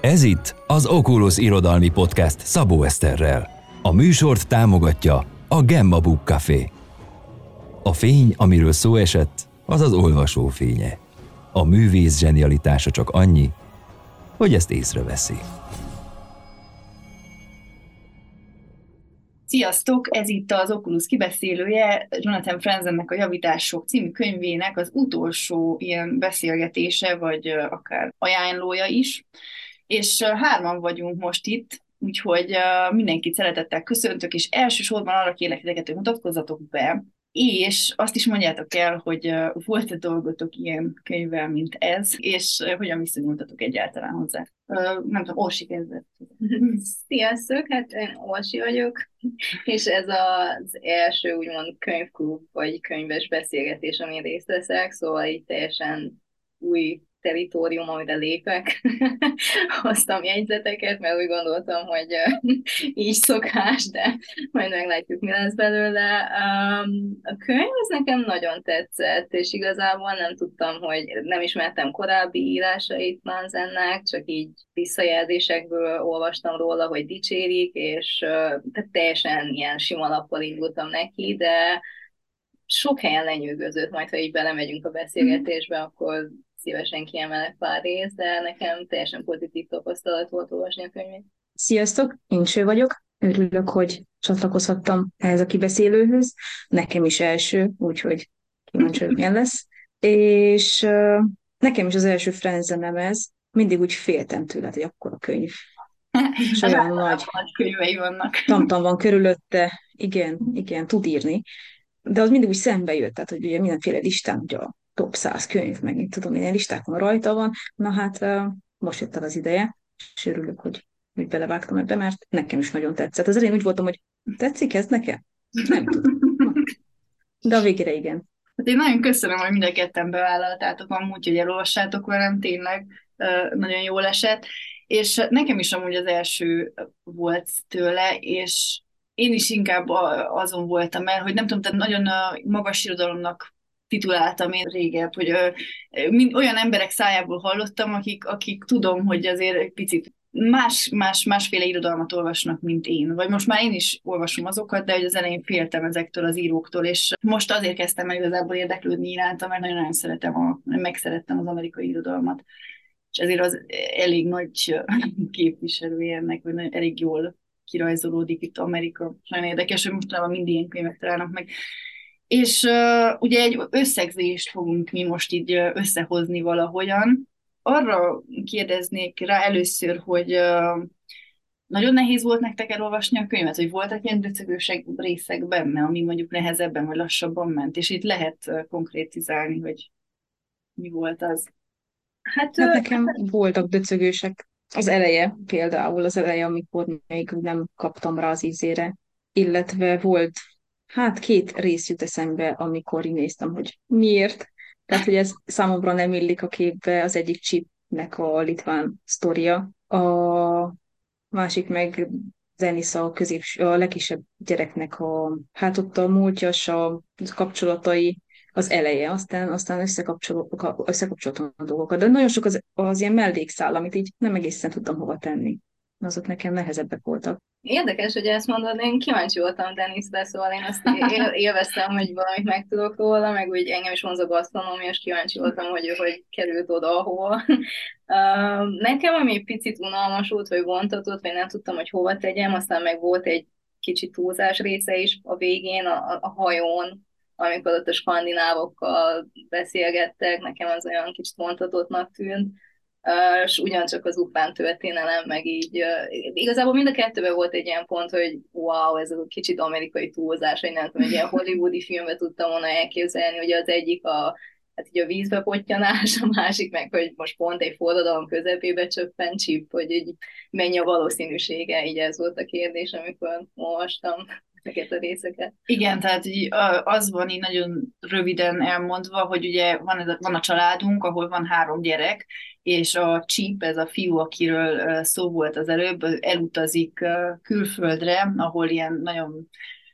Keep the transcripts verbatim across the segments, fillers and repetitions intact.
Ez itt az Oculus irodalmi podcast Szabó Eszterrel. A műsort támogatja a Gemma Book Café. A fény, amiről szó esett, az az olvasó fénye. A művész zsenialitása csak annyi, hogy ezt észreveszi. Sziasztok! Ez itt az Oculus kibeszélője, Jonathan Franzennek a Javítások című könyvének az utolsó ilyen beszélgetése, vagy akár ajánlója is. És hárman vagyunk most itt, úgyhogy mindenkit szeretettel köszöntök, és elsősorban arra kérlek titeket, hogy mutatkozzatok be, és azt is mondjátok el, hogy volt-e dolgotok ilyen könyvvel, mint ez, és hogyan viszonyultatok egyáltalán hozzá. Nem tudom, Orsi kezdett. Sziasztok, hát én Orsi vagyok, és ez az első úgymond könyvklub, vagy könyves beszélgetés, amin részt veszek, szóval így teljesen új teritorium, amire lépek. Hoztam jegyzeteket, mert úgy gondoltam, hogy így szokás, de majd meglátjuk, mi lesz belőle. A könyv az nekem nagyon tetszett, és igazából nem tudtam, hogy nem ismertem korábbi írásait Manzennek, csak így visszajelzésekből olvastam róla, hogy dicsérik, és tehát teljesen ilyen sima lappal indultam neki, de sok helyen lenyűgözött, majd ha így belemegyünk a beszélgetésbe, akkor szívesen kiemelek pár részt, de nekem teljesen pozitív tapasztalat volt olvasni a könyvét. Sziasztok, én Cső vagyok. Örülök, hogy csatlakozhattam ehhez a kibeszélőhöz. Nekem is első, úgyhogy kíváncsi vagyok, milyen lesz. És uh, nekem is az első Franzenem ez. Mindig úgy féltem tőle, hogy akkor a könyv. És olyan nagy könyvei vannak. Tamtam van körülötte. Igen, igen, tud írni. De az mindig úgy szembe jött, tehát hogy ugye mindenféle listán, ugye a top száz könyv, meg mit tudom, milyen listákon rajta van. Na hát uh, most jött el az ideje, és örülök, hogy, hogy belevágtam ebbe, mert nekem is nagyon tetszett. Az elején úgy voltam, hogy tetszik ez nekem? Nem tudom. De a végére igen. Hát én nagyon köszönöm, hogy mind a ketten bevállaltátok amúgy, hogy elolvassátok velem, tényleg uh, nagyon jól esett. És nekem is amúgy az első volt tőle, és én is inkább azon voltam el, hogy nem tudom, tehát nagyon magas irodalomnak tituláltam én régebb, hogy ö, mind olyan emberek szájából hallottam, akik, akik tudom, hogy azért egy picit más, más, másféle irodalmat olvasnak, mint én. Vagy most már én is olvasom azokat, de hogy az elején féltem ezektől az íróktól, és most azért kezdtem meg igazából érdeklődni iránta, mert nagyon-nagyon szeretem, a, megszerettem az amerikai irodalmat. És ezért az elég nagy képviselője ennek, vagy elég jól kirajzolódik itt Amerika. Nagyon érdekes, hogy mostanában mind ilyen könyvek találnak meg. És uh, ugye egy összegzést fogunk mi most így összehozni valahogyan. Arra kérdeznék rá először, hogy uh, nagyon nehéz volt nektek elolvasni a könyvet, hogy voltak ilyen döcögős részek benne, ami mondjuk nehezebben vagy lassabban ment, és itt lehet uh, konkrétizálni, hogy mi volt az. Hát, hát nekem voltak döcögősek. Az eleje például, az eleje, amikor még nem kaptam rá az ízére, illetve volt, hát két rész jut eszembe, amikor így néztem, hogy miért. Tehát, hogy ez számomra nem illik a képbe, az egyik Chipnek a litván sztoria, a másik meg Zenisza, a, középső, a legkisebb gyereknek a, hát ott a múltjas, a kapcsolatai, az eleje, aztán, aztán összekapcsoltam a dolgokat. De nagyon sok az, az ilyen mellékszál, amit így nem egészen tudtam hova tenni. Azok nekem nehezebbek voltak. Érdekes, hogy ezt mondod, én kíváncsi voltam Denisre, szóval én azt él, élveztem, hogy valamit megtudok róla, meg úgy engem is vonz a gasztronómia, és kíváncsi voltam, hogy ő hogy került oda, ahova. Nekem, ami picit unalmas volt, vagy vontatott, vagy nem tudtam, hogy hova tegyem, aztán meg volt egy kicsit túlzás része is a végén, a, a hajón, amikor ott a skandinávokkal beszélgettek, nekem az olyan kicsit vontatottnak tűnt, és ugyancsak az ukrán történelem, meg így igazából mind a kettőben volt egy ilyen pont, hogy wow, ez a kicsit amerikai túlzás, hogy nem tudom, egy ilyen hollywoodi filmbe tudtam volna elképzelni, hogy az egyik a, hát így a vízbe pottyanás, a másik meg, hogy most pont egy forradalom közepébe csöppen Chip, hogy így mennyi a valószínűsége, így ez volt a kérdés, amikor olvastam ezeket a részeket. Igen, tehát az van így nagyon röviden elmondva, hogy ugye van, ez a, van a családunk, ahol van három gyerek, és a Chip, ez a fiú, akiről szó volt az előbb, elutazik külföldre, ahol ilyen nagyon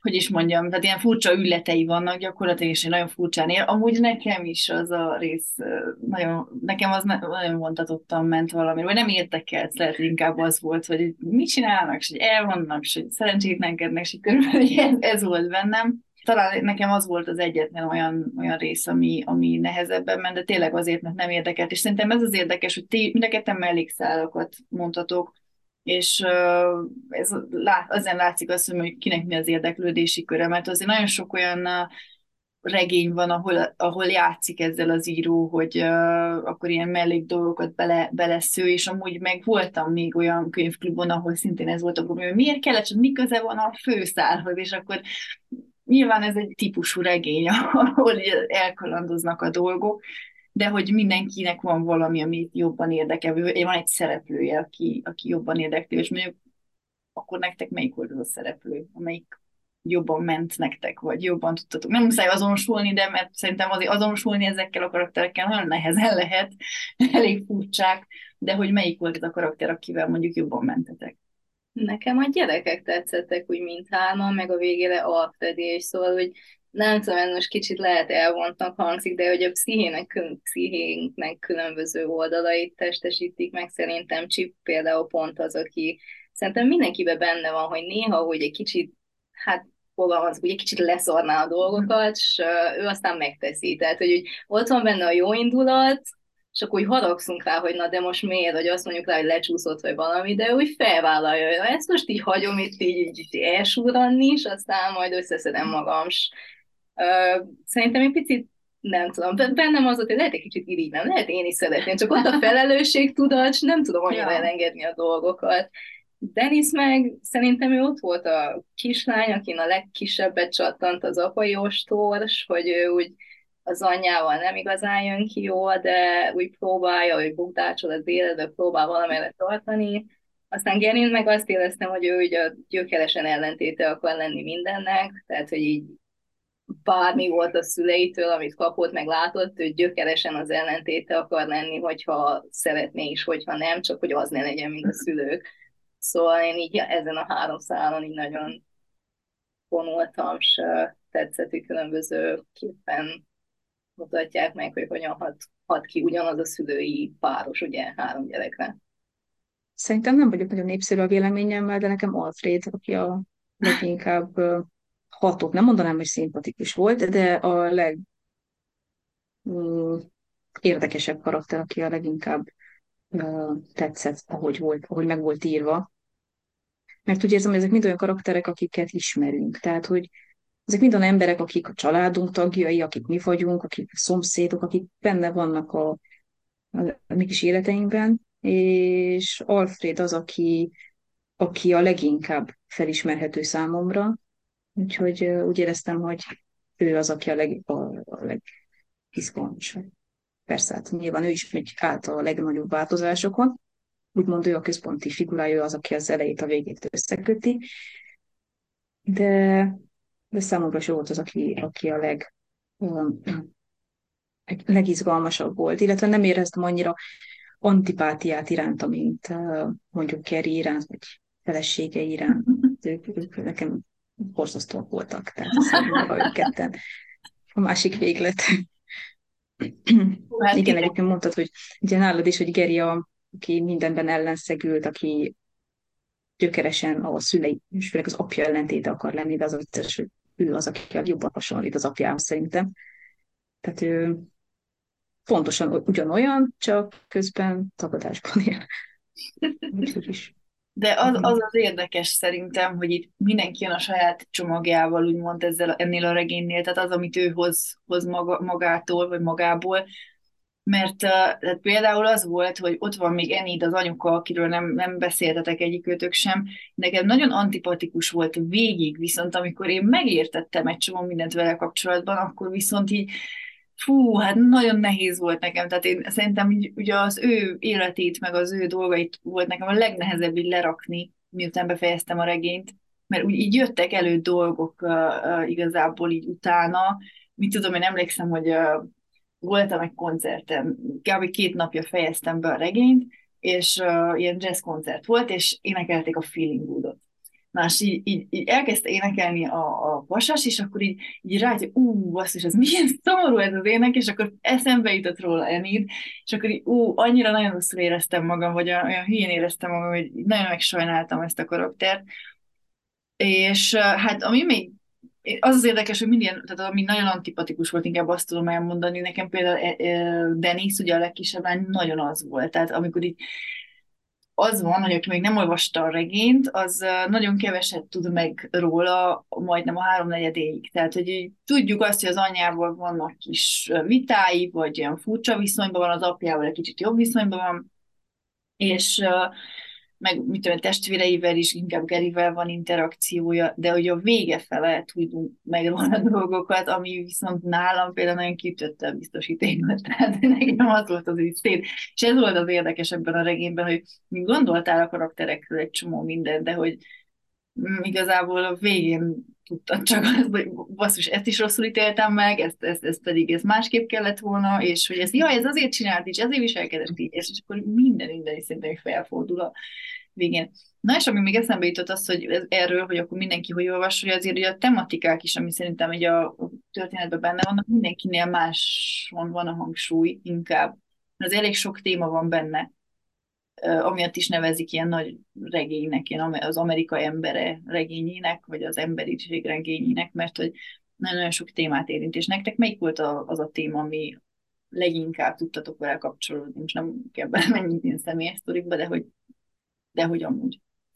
hogy is mondjam, tehát ilyen furcsa ülletei vannak gyakorlatilag, és nagyon furcsán él. Amúgy nekem is az a rész, nagyon, nekem az nagyon vontatottan ment valami, vagy nem érdekelt, lehet, hogy inkább az volt, hogy mit csinálnak, és hogy elvannak, és hogy szerencsétlenkednek, és körülbelül ez, ez volt bennem. Talán nekem az volt az egyetlen olyan, olyan rész, ami, ami nehezebben ment, de tényleg azért, mert nem érdekelt. És szerintem ez az érdekes, hogy ti mind a ketten mellékszálakat mondhatok, és uh, ez lát, ezen látszik azt, hogy kinek mi az érdeklődési köre, mert azért nagyon sok olyan uh, regény van, ahol, ahol játszik ezzel az író, hogy uh, akkor ilyen mellék dolgokat bele, belesző, és amúgy meg voltam még olyan könyvklubon, ahol szintén ez volt a probléma, hogy miért kellett, csak mi köze van a főszálhoz, és akkor nyilván ez egy típusú regény, ahol elkalandoznak a dolgok, de hogy mindenkinek van valami, ami jobban érdekel, vagy van egy szereplője, aki, aki jobban érdekel, és mondjuk akkor nektek melyik volt az a szereplő, amelyik jobban ment nektek, vagy jobban tudtatok. Nem muszáj azonosulni, de mert szerintem azért azonosulni ezekkel a karakterekkel nagyon nehezen lehet, elég furcsák, de hogy melyik volt az a karakter, akivel mondjuk jobban mentetek. Nekem a gyerekek tetszettek úgy mindhárman, meg a végére Alfredi, és szóval, hogy nem tudom, ez most kicsit lehet elvontnak hangzik, de hogy a pszichének, pszichénknek különböző oldalait testesítik meg, szerintem Chip például pont az, aki szerintem mindenkiben benne van, hogy néha, hogy egy kicsit, hát fogalmaz, hogy egy kicsit leszarná a dolgokat, és ő aztán megteszi. Tehát, hogy úgy, ott van benne a jó indulat, és akkor úgy haragszunk rá, hogy na de most miért, vagy azt mondjuk rá, hogy lecsúszott, vagy valami, de úgy felvállalja, hogy ezt most így hagyom itt így, így, így elsúranni, és aztán majd összeszedem magam. Uh, szerintem egy picit, nem tudom, bennem az, hogy lehet egy kicsit irigylem, lehet én is szeretném, csak ott a felelősségtudat, és nem tudom annyira elengedni a dolgokat. Dennis meg szerintem ő ott volt a kislány, akin a legkisebbet csattant az apai ostors, hogy ő úgy az anyjával nem igazán jön ki jól, de úgy próbálja, hogy bukdácsol az életbe, próbál valamelyre tartani. Aztán Gerin meg azt éreztem, hogy ő ugye a gyökeresen ellentéte akar lenni mindennek, tehát hogy így bármi volt a szüleitől, amit kapott, meg látott, ő gyökeresen az ellentéte akar lenni, hogyha szeretné is, hogyha nem, csak hogy az ne legyen, mint a szülők. Szóval én így ezen a három szálon így nagyon vonultam, és tetszett, hogy különbözőképpen mutatják meg, hogy hogyan hat, hat ki ugyanaz a szülői páros, ugye, három gyerekre. Szerintem nem vagyok nagyon népszerű a véleményemmel, de nekem Alfred, aki a leginkább hatott, nem mondanám, hogy szimpatikus volt, de a leg mm, érdekesebb karakter, aki a leginkább uh, tetszett, ahogy volt, ahogy meg volt írva. Mert úgy érzem, hogy ezek mind olyan karakterek, akiket ismerünk. Tehát, hogy ezek mind olyan emberek, akik a családunk tagjai, akik mi vagyunk, akik a szomszédok, akik benne vannak a, a, a mi kis életeinkben, és Alfred az, aki, aki a leginkább felismerhető számomra, úgyhogy uh, úgy éreztem, hogy ő az, aki a, leg, a, a legizgalmasabb. Persze, hát nyilván ő is megy át a legnagyobb változásokon, úgymond ő a központi figurája, az, aki az elejét a végét összeköti, de, de számomra is volt az, aki, aki a leg, um, legizgalmasabb volt, illetve nem éreztem annyira antipátiát iránta, mint uh, mondjuk Carrie iránt, vagy felesége iránt. Ők, ők nekem borzasztóak voltak, tehát szerintem ők ketten a másik véglet. Hát igen, egyébként mondtad, hogy ugye nálad is, hogy Geri a, aki mindenben ellenszegült, aki gyökeresen a szülei, és főleg az apja ellentéte akar lenni, de az az vicces, hogy ő az, aki jobban hasonlít az apjához szerintem. Tehát ő pontosan ugyanolyan, csak közben tagadásban él. Úgyhogy is. De az, az az érdekes szerintem, hogy itt mindenki jön a saját csomagjával, úgymond ezzel, ennél a regénynél, tehát az, amit ő hoz, hoz maga, magától, vagy magából, mert uh, például az volt, hogy ott van még Enid, az anyuka, akiről nem, nem beszéltetek egyikőtök sem, nekem nagyon antipatikus volt végig, viszont amikor én megértettem egy csomó mindent vele kapcsolatban, akkor viszont így fú, hát nagyon nehéz volt nekem, tehát én szerintem így, ugye az ő életét, meg az ő dolgait volt nekem a legnehezebb így lerakni, miután befejeztem a regényt, mert úgy így jöttek elő dolgok uh, uh, igazából így utána, mit tudom, én emlékszem, hogy uh, voltam egy koncerten, kb. két napja fejeztem be a regényt, és uh, ilyen jazz koncert volt, és énekelték a Feeling Good-ot. Na, és így, így, így elkezdte énekelni a, a vasas, és akkor így, így rájött, hogy ú, basszus, ez milyen szomorú ez az ének, és akkor eszembe jutott róla Enid, és akkor így, ú, annyira nagyon rosszul éreztem magam, vagy olyan hülyén éreztem magam, hogy nagyon megsajnáltam ezt a karaktert. És uh, hát ami még az az érdekes, hogy minden, tehát ami nagyon antipatikus volt, inkább azt tudom elmondani, nekem például e, e, Denis, ugye a legkisebb lány, nagyon az volt. Tehát amikor így az van, hogy aki még nem olvasta a regényt, az uh, nagyon keveset tud meg róla, majdnem a háromnegyedéig. Tehát, hogy így tudjuk azt, hogy az anyjával vannak kis uh, vitái, vagy olyan furcsa viszonyban van, az apjával egy kicsit jobb viszonyban van, és uh, meg mit tudom, testvéreivel is, inkább Garyvel van interakciója, de hogy a vége fele tudunk meg róla dolgokat, ami viszont nálam például nagyon kiütötte a biztosítékot, tehát nekem az volt az így szét. És ez volt az érdekes ebben a regényben, hogy gondoltál a karakterekről egy csomó mindent, de hogy mm, igazából a végén tudtam csak azt, hogy basszus, ezt is rosszul ítéltem meg, ezt, ezt, ezt pedig ez másképp kellett volna, és hogy ez, ja, ez azért csinált így, ezért viselkedett így, és, és akkor minden, minden is szerintem felfordul a végén. Na és ami még eszembe jutott az, hogy ez, erről, hogy akkor mindenki hogy olvas, hogy azért ugye a tematikák is, ami szerintem így a történetben benne vannak, mindenkinél máson van a hangsúly inkább. Az elég sok téma van benne, amiatt is nevezik ilyen nagy regénynek, ilyen az Amerika embere regényének, vagy az emberiség regényének, mert hogy nagyon sok témát érint. És nektek melyik volt a, az a téma, ami leginkább tudtatok vele kapcsolódni? Most nem kell belemenni ilyen személyes sztorikba, de hogy, de hogy amúgy.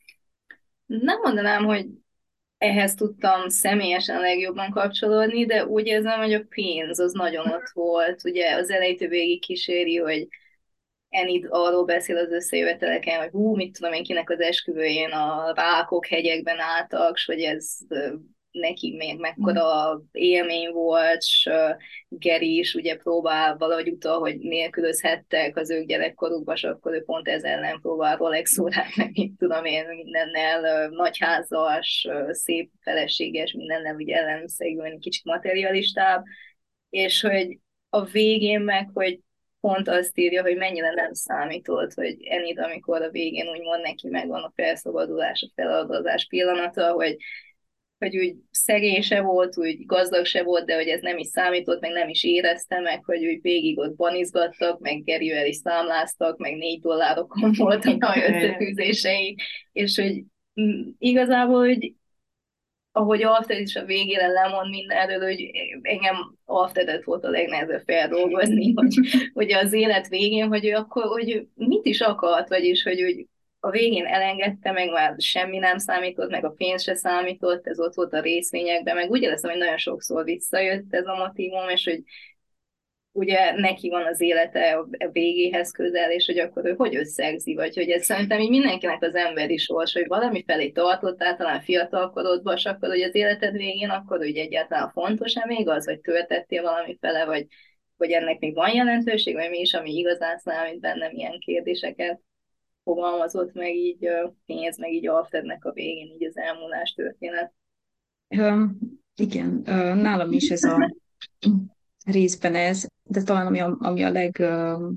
Nem mondanám, hogy ehhez tudtam személyesen legjobban kapcsolódni, de úgy érzem, hogy a pénz az nagyon ott volt. Ugye az elejétől végig kíséri, hogy Enid arról beszél az összejöveteleken, hogy hú, mit tudom én, kinek az esküvőjén a rákok hegyekben álltak, s hogy ez neki még mekkora élmény volt, és Geri is ugye próbál valahogy utal, hogy nélkülözhettek az ők gyerekkorukban, és akkor ő pont ez ellen próbál Rolex órát, meg mit tudom én, mindennel nagyházas, szép feleséges, mindennel ugye ellenszegülni, kicsit materialistább, és hogy a végén meg, hogy pont azt írja, hogy mennyire nem számított, hogy Enid, amikor a végén úgymond neki megvan a felszabadulás, a feladozás pillanata, hogy, hogy úgy szegény se volt, úgy gazdag se volt, de hogy ez nem is számított, meg nem is érezte meg, hogy úgy végig ott banizgattak, meg Garyvel is számláztak, meg négy dollárokon voltak a összetűzései, és hogy igazából, hogy ahogy Alfred is a végére lemond mindenről, hogy engem Alfredet volt a legnehezebb feldolgozni, hogy, hogy az élet végén, hogy ő akkor, hogy mit is akart, vagyis, hogy, hogy a végén elengedte, meg már semmi nem számított, meg a pénz se számított, ez ott volt a részvényekben, meg úgy éreztem, hogy nagyon sokszor visszajött ez a motivum, és hogy ugye neki van az élete a végéhez közel, és hogy akkor ő hogy összegzi, vagy hogy ez szerintem így mindenkinek az emberi sors, hogy valami felé tartottál, talán fiatalkorodban, és akkor hogy az életed végén, akkor ugye egyáltalán fontos-e még az, hogy költettél valami fele, vagy, vagy ennek még van jelentőség, vagy mi is, ami igazán számít bennem, ilyen kérdéseket fogalmazott meg így pénz, meg így Alfrednek a végén, így az elmúlás történet. Um, igen, uh, nálam is ez a részben ez, de talán ami a, ami a leg uh,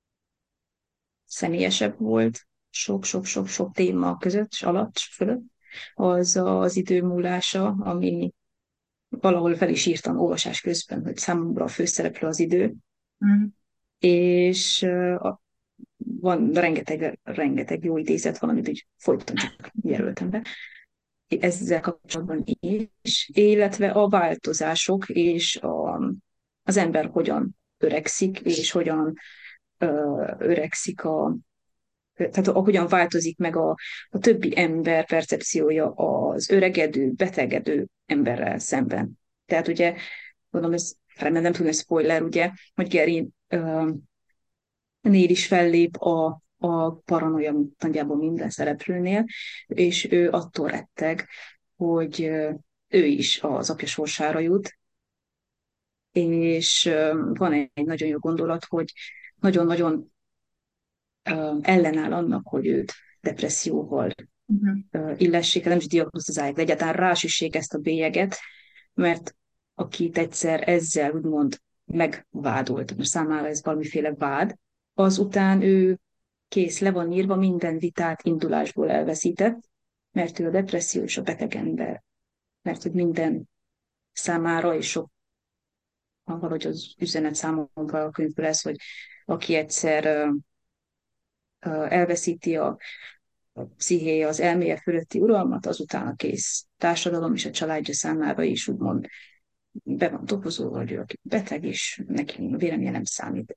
személyesebb volt sok-sok-sok-sok téma között, és alatt, és fölött, az az idő múlása, ami valahol fel is írtam olvasás közben, hogy számomra a főszereplő az idő, Mm. és uh, van rengeteg, rengeteg jó idézet, valamit úgy folyton csak jelöltem be, ezzel kapcsolatban is, illetve a változások és a, az ember hogyan öregszik, és hogyan ö, öregszik a, tehát ahogyan változik meg a, a többi ember percepciója az öregedő, betegedő emberrel szemben. Tehát ugye, mondom, ez remélem nem tudom, hogy spoiler, ugye, hogy Gary ö, nél is fellép a, a paranoia nagyjából minden szereplőnél, és ő attól retteg, hogy ő is az apja sorsára jut, és van egy nagyon jó gondolat, hogy nagyon-nagyon ellenáll annak, hogy őt depresszióval uh-huh. illessék, nem is diagnosztizálják, de egyáltalán rásüssék ezt a bélyeget, mert akit egyszer ezzel úgymond megvádolt, mert számára ez valamiféle vád, azután ő kész, le van írva, minden vitát indulásból elveszített, mert ő a depresszió és a beteg ember, mert hogy minden számára, és sok, valahogy az üzenet számomra a könyvből ez, hogy aki egyszer ö, ö, elveszíti a, a pszichéje, az elméje fölötti uralmat, azután a kész társadalom és a családja számára is úgymond be van dobozolva, hogy ő aki beteg, és neki a véleménye nem számít.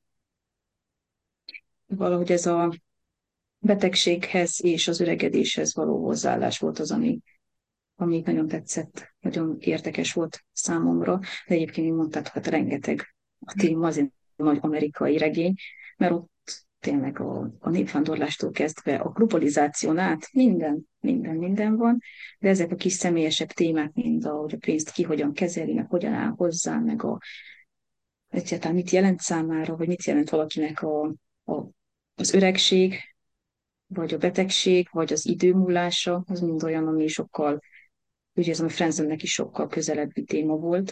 Valahogy ez a betegséghez és az öregedéshez való hozzáállás volt az, ami, ami nagyon tetszett, nagyon érdekes volt számomra, de egyébként, mint mondtad, hát rengeteg a téma, az egy nagy amerikai regény, mert ott tényleg a, a népvándorlástól kezdve a globalizáción át minden, minden, minden van, de ezek a kis személyesebb témák, mint a, hogy a pénzt ki hogyan kezeli, meg hogyan áll hozzá, meg a, egyáltalán mit jelent számára, vagy mit jelent valakinek a, a, az öregség, vagy a betegség, vagy az idő múlása, az mind olyan, ami sokkal, úgy érzem, a Friendzennek is sokkal közelebbi téma volt,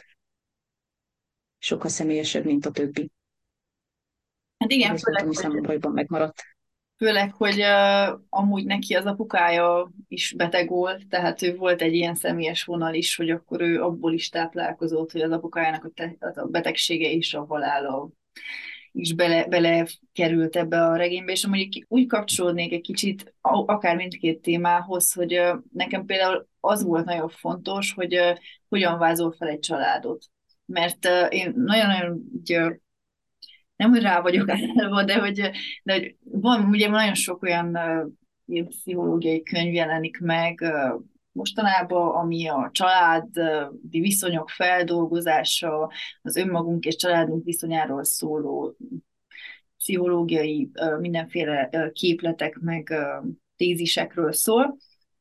sokkal személyesebb, mint a többi. Hát igen, Ez volt, főleg, ami hogy számomra jobban megmaradt. Főleg, hogy uh, amúgy neki az apukája is beteg volt, tehát ő volt egy ilyen személyes vonal is, hogy akkor ő abból is táplálkozott, hogy az apukájának a, te, a betegsége és a halála is bele, bele került ebbe a regénybe, és amúgy úgy kapcsolódnék egy kicsit a- akár mindkét témához, hogy uh, nekem például az volt nagyon fontos, hogy uh, hogyan vázol fel egy családot. Mert uh, én nagyon-nagyon így, nem, hogy rá vagyok állva, de hogy, de hogy van, ugye nagyon sok olyan uh, ilyen pszichológiai könyv jelenik meg uh, mostanában, ami a családi viszonyok feldolgozása, az önmagunk és családunk viszonyáról szóló pszichológiai uh, mindenféle uh, képletek meg uh, tézisekről szól,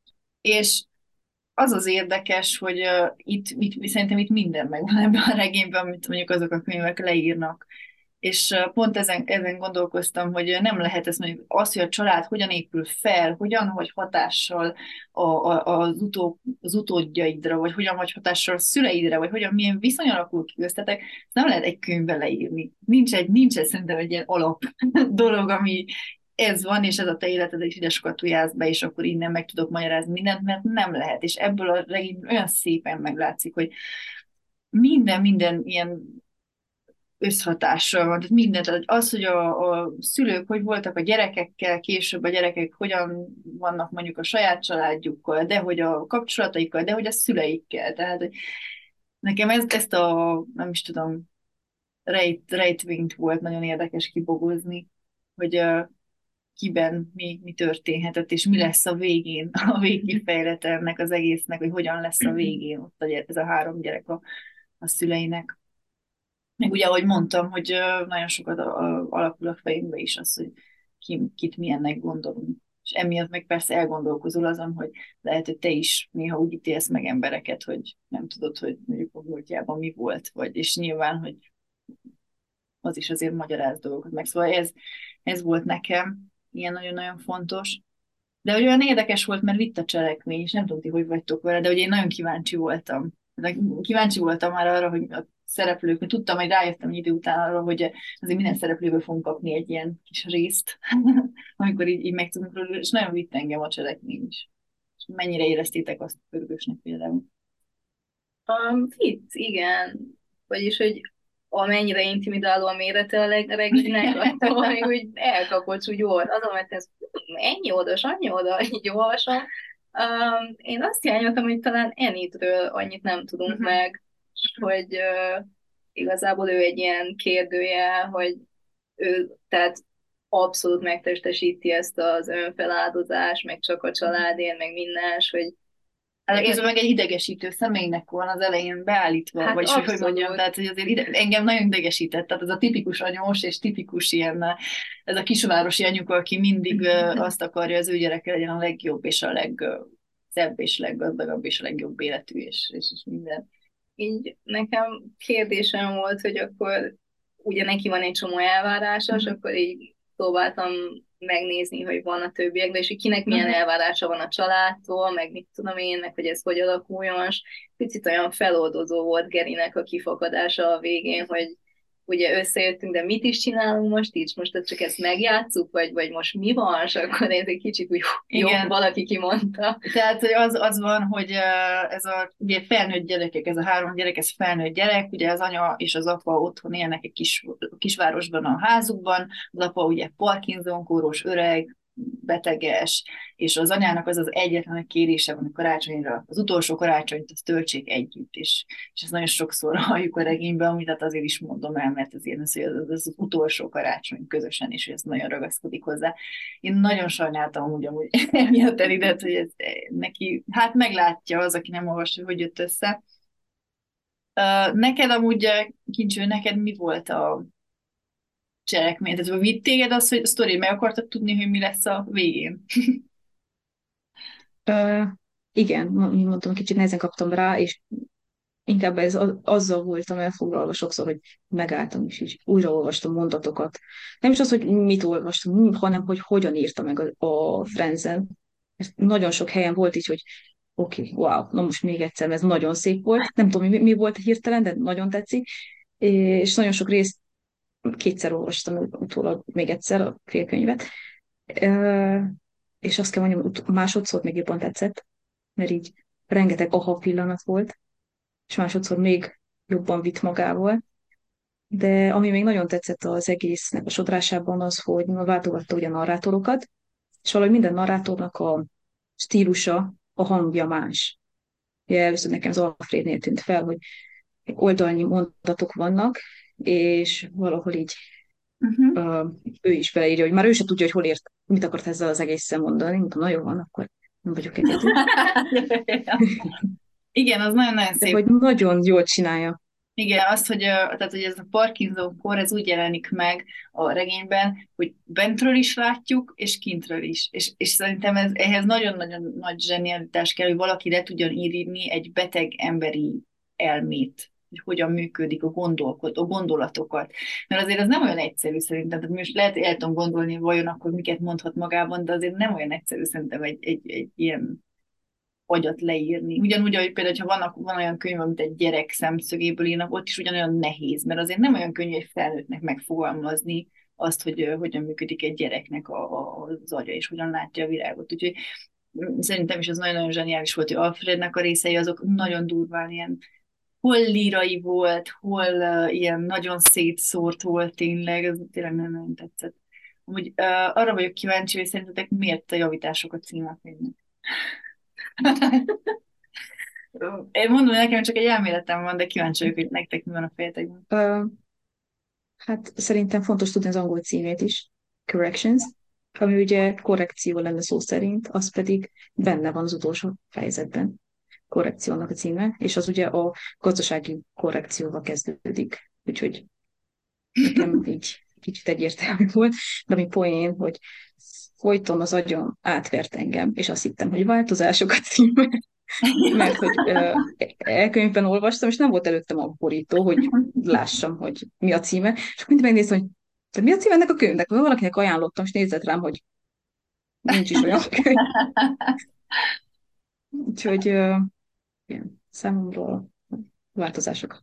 és az az érdekes, hogy uh, itt, itt szerintem itt minden megvan ebben a regényben, amit mondjuk azok a könyvek leírnak. És uh, pont ezen, ezen gondolkoztam, hogy uh, nem lehet ezt mondjuk az, hogy a család hogyan épül fel, hogyan vagy hatással a, a, az, utó, az utódjaidra, vagy hogyan vagy hatással a szüleidre, vagy hogyan milyen viszony alakul ki köztetek, ezt nem lehet egy könyvbe leírni. Nincs egy, nincs egy szerintem egy ilyen alap dolog, ami ez van, és ez a te életed, és ide skatujász be, és akkor innen meg tudok magyarázni mindent, mert nem lehet. És ebből a regény olyan szépen meglátszik, hogy minden, minden ilyen összhatással van. Tehát mindent, az, hogy a, a szülők hogy voltak a gyerekekkel, később a gyerekek hogyan vannak mondjuk a saját családjukkal, de hogy a kapcsolataikkal, de hogy a szüleikkel. Tehát hogy nekem ez, ezt a, nem is tudom, rejt, rejtvényt volt nagyon érdekes kibogozni, hogy uh, kiben mi, mi történhetett, és mi lesz a végén, a végkifejlete ennek az egésznek, hogy hogyan lesz a végén ott a, gyere- ez a három gyerek a, a szüleinek. Meg ugye, ahogy mondtam, hogy ö, nagyon sokat a- a- alakul a fejünkbe is az, hogy ki, kit milyennek gondolunk. És emiatt meg persze elgondolkozol azon, hogy lehet, hogy te is néha úgy ítélsz meg embereket, hogy nem tudod, hogy mondjuk a múltjában mi volt, vagy, és nyilván, hogy az is azért magyaráz dolgokat meg. Szóval ez, ez volt nekem ilyen nagyon-nagyon fontos. De hogy olyan érdekes volt, mert vitt a cselekmény, és nem tudom, ti hogy vagytok vele, de hogy én nagyon kíváncsi voltam. De kíváncsi voltam már arra, hogy a szereplők, mert tudtam, hogy rájöttem egy idő után arra, hogy azért minden szereplőből fogunk kapni egy ilyen kis részt, amikor így, így megtudunk róla, és nagyon vitt engem a cselekmény is. És mennyire éreztétek azt pörgősnek például? Um, vicc, igen. Vagyis, hogy amennyire intimidáló a mérete a leg- regénynek, attól még úgy elkapott, úgy volt. Azon, mert ez hm, ennyi oda, annyi oda, így olvasom. Um, én azt hiányoltam, hogy talán Enidről annyit nem tudunk Mhm. meg, hogy uh, igazából ő egy ilyen kérdője, hogy ő, tehát abszolút megtestesíti ezt az önfeláldozást, meg csak a családért, meg mindens, hogy Hát én, közben meg egy idegesítő személynek van az elején beállítva, hát vagyis hogy hogy mondjam, abszolút. tehát hogy azért ide, engem nagyon idegesített, tehát ez a tipikus anyós és tipikus ilyen, ez a kisvárosi anyuka, aki mindig ö, azt akarja, az ő gyereke legyen a legjobb és a legszebb és leggazdagabb és a legjobb életű és, és, és minden. Így nekem kérdésem volt, hogy akkor ugye neki van egy csomó elvárása, és akkor így próbáltam megnézni, hogy van a többiekben, és hogy kinek milyen Mhm. elvárása van a családtól, meg mit tudom én, meg hogy ez hogy alakuljon, és picit olyan feloldozó volt Gerinek a kifakadása a végén, hogy ugye összejöttünk, de mit is csinálunk most így? Most csak ezt megjátszuk, vagy, vagy most mi van? És akkor ez egy kicsit úgy jó, Igen. valaki kimondta. Tehát hogy az, az van, hogy uh, ez a ugye felnőtt gyerekek, ez a három gyerek, ez felnőtt gyerek, ugye az anya és az apa otthon élnek egy kis, kisvárosban a házukban, az apa ugye Parkinson-kóros, öreg, beteges, és az anyának az az egyetlen kérése van a karácsonyra, az utolsó karácsonyt azt töltsék együtt, és, és ezt nagyon sokszor halljuk a regényben, amit hát azért is mondom el, mert az ilyen az, az, az utolsó karácsony közösen, és ez nagyon ragaszkodik hozzá. Én nagyon sajnáltam úgy, amúgy emiatt elidett, hogy ez neki, hát meglátja az, aki nem olvasta, hogy jött össze. Uh, neked amúgy, Kincső, neked mi volt a cselekmény? Tehát vitt téged az, hogy a sztori meg akartad tudni, hogy mi lesz a végén? Uh, igen, mint mondtam, kicsit nehezen kaptam rá, és inkább ez az, azzal voltam elfoglalva sokszor, hogy megálltam is, így újraolvastam mondatokat. Nem is az, hogy mit olvastam, hanem hogy hogyan írta meg a, a Frenzen. Mert nagyon sok helyen volt így, hogy oké, okay, wow, na most még egyszer, ez nagyon szép volt. Nem tudom, mi, mi volt hirtelen, de nagyon tetszik. És nagyon sok részt kétszer olvastam utólag még egyszer a félkönyvet. És azt kell mondjam, másodszor még jobban tetszett, mert így rengeteg aha pillanat volt, és másodszor még jobban vitt magával. De ami még nagyon tetszett az egésznek a sodrásában az, hogy váltogatta ugye a narrátorokat, és valahogy minden narrátornak a stílusa, a hangja más. Ugye először nekem az Alfrednél tűnt fel, hogy oldalnyi mondatok vannak, és valahol így Uh-huh. uh, ő is beleírja, hogy már ő se tudja, hogy hol ért, mit akart ezzel az egészen mondani. Mondtam, na jó van, akkor nem vagyok egyedül. Igen, az nagyon-nagyon De szép. hogy nagyon jól csinálja. Igen, azt, hogy, ö, tehát, hogy ez a Parkinson-kor, ez úgy jelenik meg a regényben, hogy bentről is látjuk, és kintről is. És, és szerintem ez, ehhez nagyon-nagyon nagy zsenialitás kell, hogy valaki le tudjon írni egy beteg emberi elmét, hogy hogyan működik a, gondolkod, a gondolatokat. Mert azért ez nem olyan egyszerű szerintem. Tehát most lehet, el tudom gondolni, vajon akkor miket mondhat magában, de azért nem olyan egyszerű szerintem egy, egy, egy ilyen agyat leírni. Ugyanúgy, ahogy például, ha vannak, van olyan könyv, amit egy gyerek szemszögéből írnak, ott is ugyanolyan nehéz, mert azért nem olyan könnyű egy felnőttnek megfogalmazni azt, hogy uh, hogyan működik egy gyereknek a, a, az agya, és hogyan látja a világot. Úgyhogy mm, szerintem is az nagyon-nagyon zseniális volt, hogy Alfrednek a részei azok nagyon durván ilyen hol lírai volt, hol uh, ilyen nagyon szétszórt volt tényleg, ez tényleg nagyon-nagyon tetszett. Amúgy uh, arra vagyok kíváncsi, hogy szerintetek miért a javítások a címlapjainak? Én mondom, hogy nekem csak egy elméletem van, de kíváncsi vagyok, hogy nektek mi van a fejetekben. Uh, hát szerintem fontos tudni az angol címét is, Corrections, ami ugye korrekció lenne szó szerint, az pedig benne van az utolsó fejezetben, korrekciónak a címe, és az ugye a gazdasági korrekcióval kezdődik. Úgyhogy nekem így kicsit egyértelmű volt, de ami poén, hogy folyton az agyam átvert engem, és azt hittem, hogy változások a címe, mert hogy uh, elkönyvben olvastam, és nem volt előttem a borító, hogy lássam, hogy mi a címe, és akkor mindig megnéztem, hogy de mi a címe ennek a könyvnek? Valakinek ajánlottam, és nézett rám, hogy nincs is olyan könyv. Úgyhogy uh, igen, számomra változások.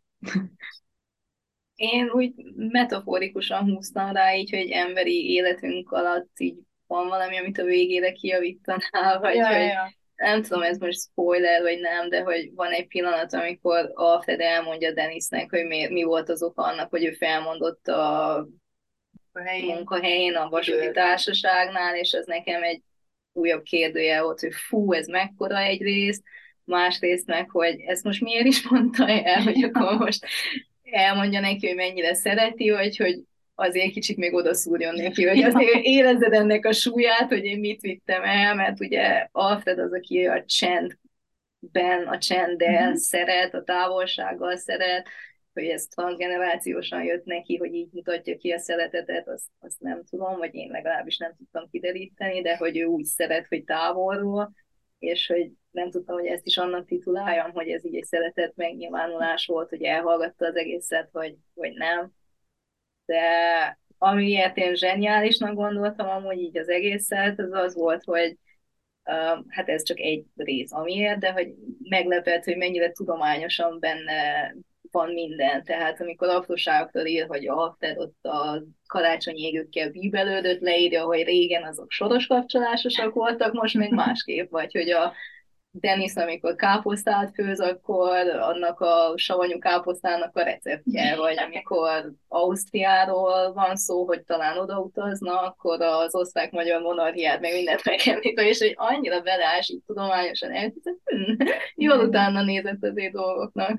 Én úgy metaforikusan húztam rá így, hogy emberi életünk alatt így van valami, amit a végére kijavítanál, vagy Ja, hogy ja. nem tudom, ez most spoiler, vagy nem, de hogy van egy pillanat, amikor Alfred elmondja Dennisnek, hogy mi, mi volt az oka annak, hogy ő felmondott a A helyén. munkahelyén, a vasúti társaságnál, és ez nekem egy újabb kérdője volt, hogy fú, ez mekkora egyrészt, másrészt meg, hogy ezt most miért is mondta el, hogy akkor most elmondja neki, hogy mennyire szereti, vagy hogy azért kicsit még odaszúrjon neki, hogy azért érezzed ennek a súlyát, hogy én mit vittem el, mert ugye Alfred az, aki a csendben, a csenddel uh-huh. szeret, a távolsággal szeret, hogy ez transgenerációsan jött neki, hogy így mutatja ki a szeretetet, azt, azt nem tudom, vagy én legalábbis nem tudtam kideríteni, de hogy ő úgy szeret, hogy távolról, és hogy nem tudtam, hogy ezt is annak tituláljam, hogy ez így egy szeretet megnyilvánulás volt, hogy elhallgatta az egészet, vagy, vagy nem. De amiért én zseniálisnak gondoltam amúgy így az egészet, az az volt, hogy uh, hát ez csak egy rész amiért, de hogy meglepett, hogy mennyire tudományosan benne van minden, tehát amikor apróságoktól ír, hogy a Ted ott a karácsonyi égőkkel bíbelődött, leírja, hogy régen azok soros kapcsolásosak voltak, most még másképp, vagy hogy a Dennis, amikor káposztát főz, akkor annak a savanyú káposztának a receptje, vagy amikor Ausztriáról van szó, hogy talán odautazna, akkor az osztrák-magyar monarchiát meg mindent megemlít, és hogy annyira beleásít tudományosan elhiszem, hm, jól utána nézett az én dolgoknak.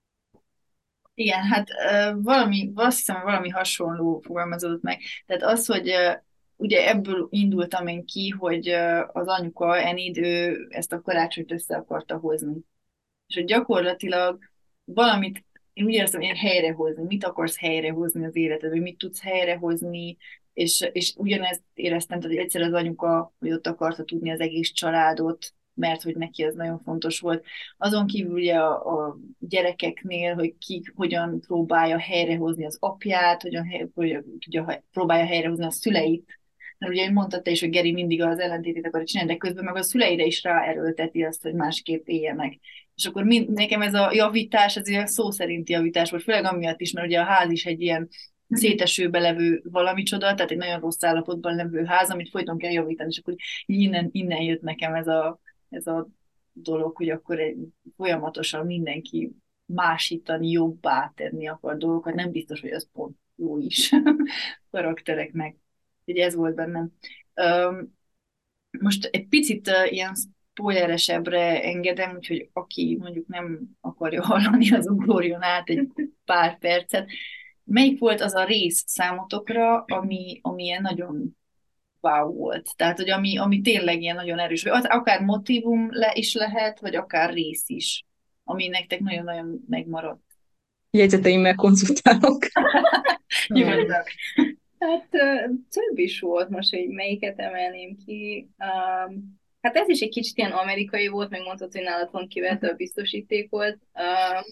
Igen, hát uh, valami, azt hiszem, hogy valami hasonló fogalmazódott meg. Tehát az, hogy uh, ugye ebből indultam én ki, hogy uh, az anyuka, Enid, ő ezt a karácsonyt össze akarta hozni. És hogy gyakorlatilag valamit, én úgy éreztem, hogy helyrehozni. Mit akarsz helyrehozni az életedben, mit tudsz helyrehozni, és, és ugyanezt éreztem, hogy egyszer az anyuka, hogy ott akarta tudni az egész családot, mert hogy neki ez nagyon fontos volt. Azon kívül ugye a, a gyerekeknél, hogy ki hogyan próbálja helyrehozni az apját, hogyan, hely, hogyan tudja, próbálja helyrehozni a szüleit. Mert ugye mondta te is, hogy Geri mindig az ellentétét akar csinálni, de közben meg a szüleire is ráerőlteti azt, hogy másképp éljenek. És akkor mind, nekem ez a javítás, ez ilyen szó szerinti javítás volt, főleg amiatt is, mert ugye a ház is egy ilyen szétesőbe levő valami csoda, tehát egy nagyon rossz állapotban levő ház, amit folyton kell javítani, és akkor innen, innen jött nekem ez a, ez a dolog, hogy akkor egy, folyamatosan mindenki másítani, jobbá tenni akar dolgokat, nem biztos, hogy az pont jó is karaktereknek. Ugye ez volt bennem. Um, most egy picit uh, ilyen spoileresebbre engedem, úgyhogy aki mondjuk nem akarja hallani, az ugorjon át egy pár percet. Melyik volt az a rész számotokra, ami, ami ilyen nagyon wow volt? Tehát, hogy ami, ami tényleg ilyen nagyon erős, vagy akár motívum le is lehet, vagy akár rész is, ami nektek nagyon-nagyon megmaradt. Jegyzeteimmel konzultálok. Nyugodtak. Hát több is volt most, hogy melyiket emelném ki. Um, hát ez is egy kicsit ilyen amerikai volt, meg mondtad, hogy nálad pont kivette a biztosíték volt. Um,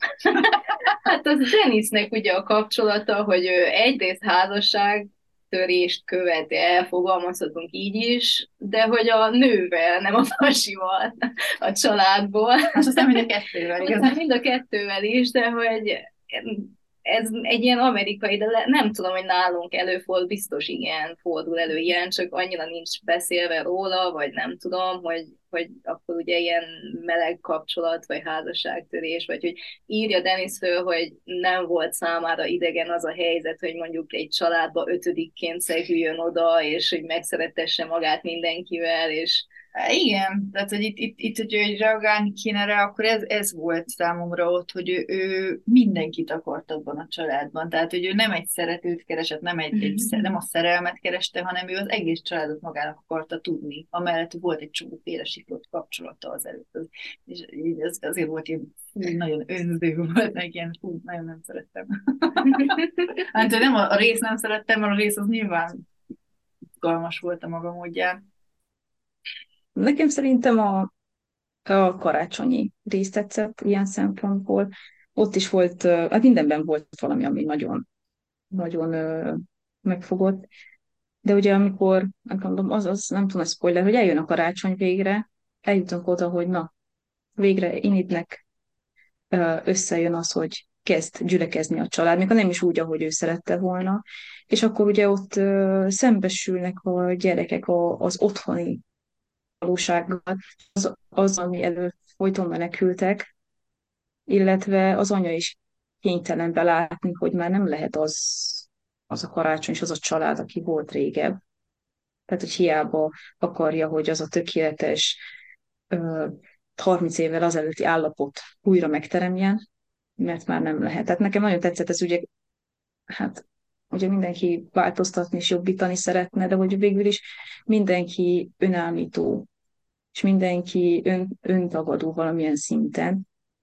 hát az Dennisnek ugye a kapcsolata, hogy ő egyrészt házasság törést követ el, fogalmazhatunk így is, de hogy a nővel, nem a pasival a családból. És aztán mind a kettővel, igaz? Aztán mind a kettővel is, de hogy ez egy ilyen amerikai, de le, nem tudom, hogy nálunk előfordul, biztos igen, fordul elő ilyen, csak annyira nincs beszélve róla, vagy nem tudom, hogy, hogy akkor ugye ilyen meleg kapcsolat, vagy házasságtörés, vagy hogy írja Dennis föl, hogy nem volt számára idegen az a helyzet, hogy mondjuk egy családba ötödikként szegüljön oda, és hogy megszeretesse magát mindenkivel, és igen, tehát hogy itt, itt, itt hogy reagálni kéne rá, akkor ez, ez volt számomra ott, hogy ő, ő mindenkit akart abban a családban. Tehát, hogy ő nem egy szeretőt keresett, nem, egy, egy, nem a szerelmet kereste, hanem ő az egész családot magának akarta tudni. Amellett volt egy csomó félresiklott kapcsolata az előtt. És ez azért volt ilyen fú, nagyon önző volt, meg ilyen fú, nagyon nem szerettem. Hát, nem a, a rész nem szerettem, mert a rész az nyilván izgalmas volt a maga módján. Nekem szerintem a, a karácsonyi rész tetszett ilyen szempontból. Ott is volt, hát mindenben volt valami, ami nagyon, nagyon ö, megfogott. De ugye amikor, nem mondom, az, az nem tudom, hogy spoiler, hogy eljön a karácsony végre, eljutunk oda, hogy na, végre Inidnek ö, összejön az, hogy kezd gyülekezni a család, még ha nem is úgy, ahogy ő szerette volna. És akkor ugye ott ö, szembesülnek a gyerekek a, az otthoni valósággal, az, az, ami elől folyton menekültek, illetve az anya is kénytelen belátni, hogy már nem lehet az, az a karácsony és az a család, aki volt régebb. Tehát, hogy hiába akarja, hogy az a tökéletes ö, harminc évvel azelőtti állapot újra megteremjen, mert már nem lehet. Tehát nekem nagyon tetszett ez, ugye, hát ugye mindenki változtatni és jobbítani szeretne, de hogy végül is mindenki önállító és mindenki ön, öntagadó valamilyen szinten.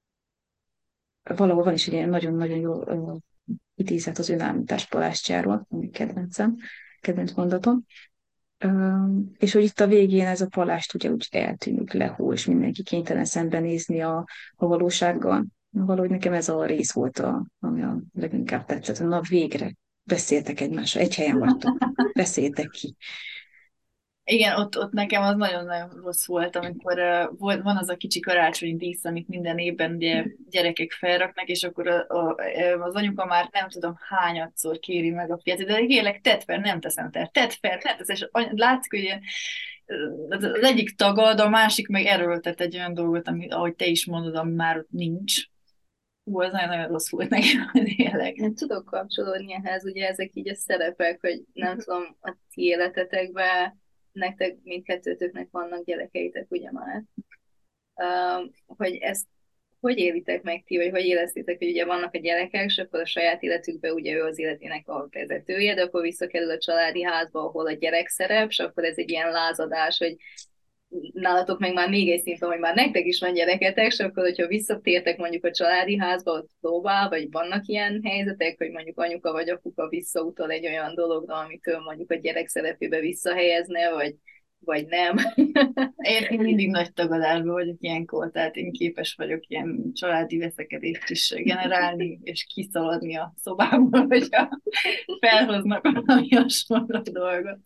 Valahol van is egy ilyen nagyon-nagyon jó uh, idézet az önállítás palástjáról, ami kedvencem, kedvenc mondatom. Uh, és hogy itt a végén ez a palást ugye úgy eltűnik, lehull, és mindenki kénytelen szembenézni a, a valósággal. Valahogy nekem ez a rész volt, a, ami a leginkább tetszett, hogy na végre beszéltek egymással, egy helyen vagytok, beszéltek ki. Igen, ott, ott nekem az nagyon-nagyon rossz volt, amikor uh, volt, van az a kicsi karácsonyi dísz, amit minden évben ugye gyerekek felraknak, és akkor a, a, az anyuka már nem tudom hányadszor kéri meg a fiát, de kérlek, tedd fel, nem teszem fel, tedd fel, nem teszem, és any- látszik, hogy ilyen, az az egyik tagad, a másik meg erőltet egy olyan dolgot, ami, ahogy te is mondod, ami már ott nincs. Hú, ez nagyon-nagyon rossz volt nekem, tényleg. Nem tudok kapcsolódni ehhez, ugye ezek így a szerepek, hogy nem tudom, a ti életetekben nektek mindkettőtöknek vannak gyerekeitek, ugye már? Um, hogy ezt hogy élitek meg ti, vagy hogy éreztétek, hogy ugye vannak a gyerekek, és akkor a saját életükben ugye ő az életének a vezetője, de akkor visszakerül a családi házba, ahol a gyerek szerep, és akkor ez egy ilyen lázadás, hogy nálatok meg már még egy szinten, hogy már nektek is van gyereketek, és akkor, hogyha visszatértek mondjuk a családi házba, ott próbál, vagy vannak ilyen helyzetek, hogy mondjuk anyuka vagy apuka visszautal egy olyan dologra, amit ő mondjuk a gyerek szerepébe visszahelyezne, vagy, vagy nem. Én, én mindig nagy tagadásban vagyok ilyenkor, tehát én képes vagyok ilyen családi veszekedést is generálni, és kiszaladni a szobából, hogyha felhoznak valami hasonló dolgot.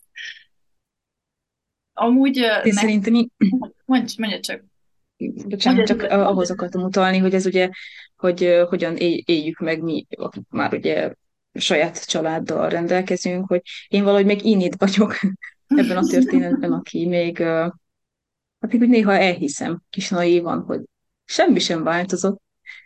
Amúgy, Én ne, szerintem, í- mondj, mondja csak. bocsánat, Mondja, csak mondja, ahhoz mondja. akartam utalni, hogy ez ugye, hogy ö, hogyan él- éljük meg mi, akik már ugye saját családdal rendelkezünk, hogy én valahogy még én itt vagyok ebben a történetben, aki még, ö, akik úgy néha elhiszem, kis naívan, hogy semmi sem változott,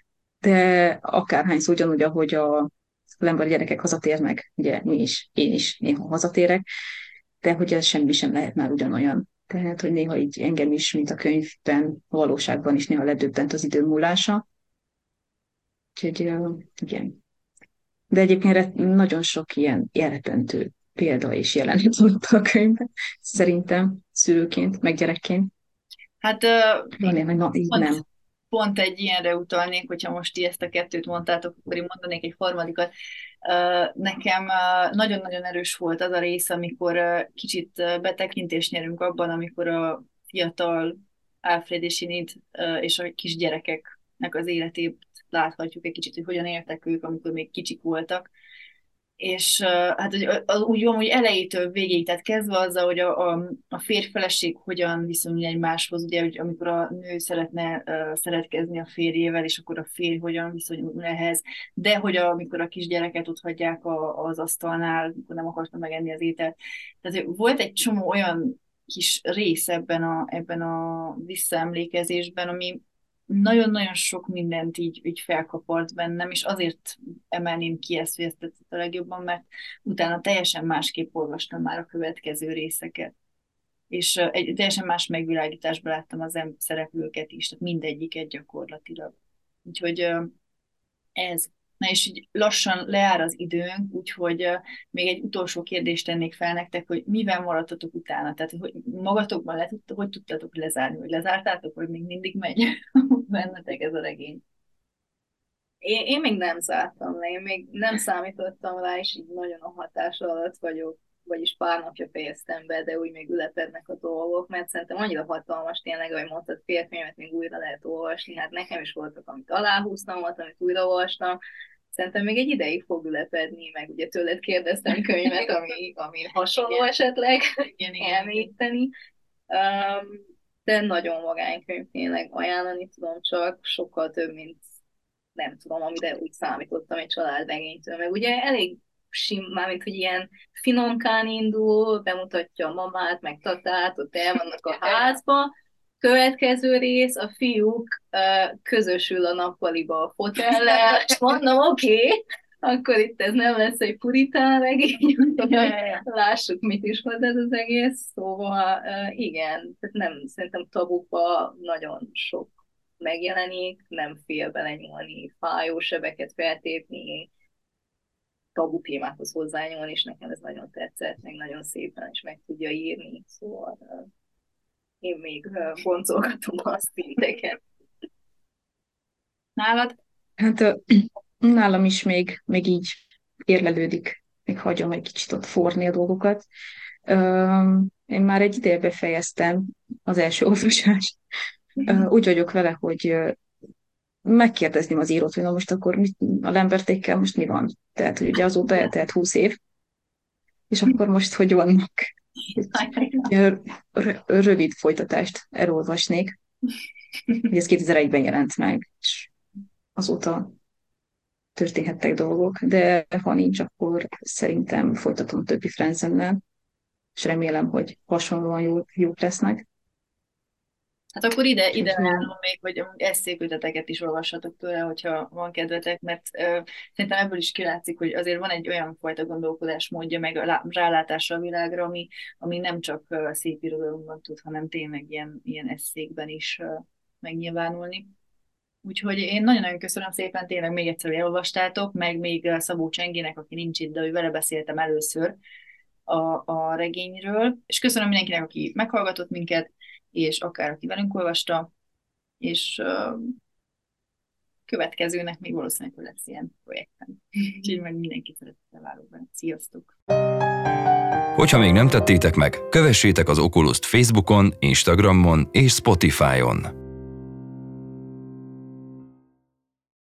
de akárhányszor ugyanúgy, ahogy a az ember gyerekek hazatérnek, ugye mi is, én is néha hazatérek, de hogy ez semmi sem lehet már ugyanolyan. Tehát, hogy néha így engem is, mint a könyvben, a valóságban is néha ledöbbent az idő múlása. Úgyhogy ö, igen. De egyébként re- nagyon sok ilyen elretentő példa és jelenet volt a könyvben, szerintem, szülőként, meg gyerekként. Hát ö, Van ilyen, hogy na, így pont, nem. pont egy ilyenre utalnék, hogyha most ti ezt a kettőt mondtátok, akkor én mondanék egy harmadikat. Ö, Nekem ö, nagyon-nagyon erős volt az a rész, amikor ö, kicsit ö, betekintést nyerünk abban, amikor a fiatal Alfred és Enid ö, és a kisgyerekeknek az életét láthatjuk egy kicsit, hogy hogyan éltek ők, amikor még kicsik voltak. És uh, hát hogy az, úgy van, hogy elejétől végéig, tehát kezdve azzal, hogy a, a, a férj-feleség hogyan viszonyul egymáshoz, ugye, hogy amikor a nő szeretne uh, szeretkezni a férjével, és akkor a férj hogyan viszonyul ehhez, de hogy a, amikor a kisgyereket ott hagyják a, az asztalnál, amikor nem akarta megenni az ételt. Tehát hogy volt egy csomó olyan kis rész ebben a, ebben a visszaemlékezésben, ami nagyon-nagyon sok mindent így, így felkapart bennem, és azért emelném ki ezt, hogy ezt tetszett a legjobban, mert utána teljesen másképp olvastam már a következő részeket. És uh, egy teljesen más megvilágításban láttam az em- szereplőket is, tehát mindegyiket gyakorlatilag. Úgyhogy uh, ez. Na és így lassan leáll az időnk, úgyhogy uh, még egy utolsó kérdést tennék fel nektek, hogy mivel maradtatok utána? Tehát, hogy magatokban le tudta, hogy tudtatok lezárni, hogy lezártátok, vagy még mindig megy bennetek ez a regény? Én, én még nem zártam le, én még nem számítottam rá, és így nagyon a hatás alatt vagyok, vagyis pár napja fejeztem be, de úgy még ülepednek a dolgok, mert szerintem annyira hatalmas tényleg, ahogy mondtad, férfiamet még újra lehet olvasni, hát nekem is voltak, amit aláhúztam, volt, amit újra olvastam, szerintem még egy ideig fog ülepedni, meg ugye tőled kérdeztem könyvet, ami, ami hasonló esetleg Igen, igen. elmélyíteni. Um, de nagyon vagány könyv tényleg ajánlani tudom, csak sokkal több, mint nem tudom, amire úgy számítottam egy családregénytől. Meg ugye elég sim, mármint, hogy ilyen finomkán indul, bemutatja a mamát, meg tatát, ott el vannak a házba. Következő rész, a fiúk uh, közösül a nappaliba a fotellel, és mondom, oké, okay, akkor itt ez nem lesz egy puritán regény, lássuk, mit is hoz ez az egész. Szóval uh, igen, tehát nem, szerintem tabukba nagyon sok megjelenik, nem fél belenyúlni, fájó sebeket feltépni, tabu témákhoz hozzányúlni, és nekem ez nagyon tetszett, meg nagyon szépen is meg tudja írni, szóval uh, én még uh, boncolgatom a szinteket. Nálad? Hát ö, nálam is még, még így érlelődik, még hagyom egy kicsit ott forni a dolgokat. Ö, Én már egy ideje befejeztem az első olvasást. Ö, Úgy vagyok vele, hogy ö, megkérdezném az írót, hogy na most akkor mit, a Lembertékkel most mi van? Tehát, hogy ugye azóta eltelt húsz év, és akkor most hogy vannak? Rövid folytatást elolvasnék, hogy ez kétezer-egyben jelent meg, és azóta történhettek dolgok, de ha nincs, akkor szerintem folytatom a többi frenzennel, és remélem, hogy hasonlóan jó, jók lesznek. Hát akkor ide, ide ajánlom még, hogy esszéköteteket is olvassatok tőle, hogyha van kedvetek, mert ö, szerintem ebből is kilátszik, hogy azért van egy olyan fajta gondolkodásmódja, meg a rálátása a világra, ami, ami nem csak ö, szép irodalomban tud, hanem tényleg ilyen, ilyen esszékben is ö, megnyilvánulni. Úgyhogy én nagyon-nagyon köszönöm szépen, tényleg még egyszer, hogy elolvastátok, meg még Szabó Csengének, aki nincs itt, de ő vele beszéltem először a, a regényről, és köszönöm mindenkinek, aki meghallgatott minket, és akár aki velünk olvasta, és uh, következőnek még valószínűleg lesz ilyen projektem. Úgyhogy majd mindenkit szeretettel várok benne. Sziasztok! Hogyha még nem tettétek meg, kövessétek az Oculuszt Facebookon, Instagramon és Spotify-on.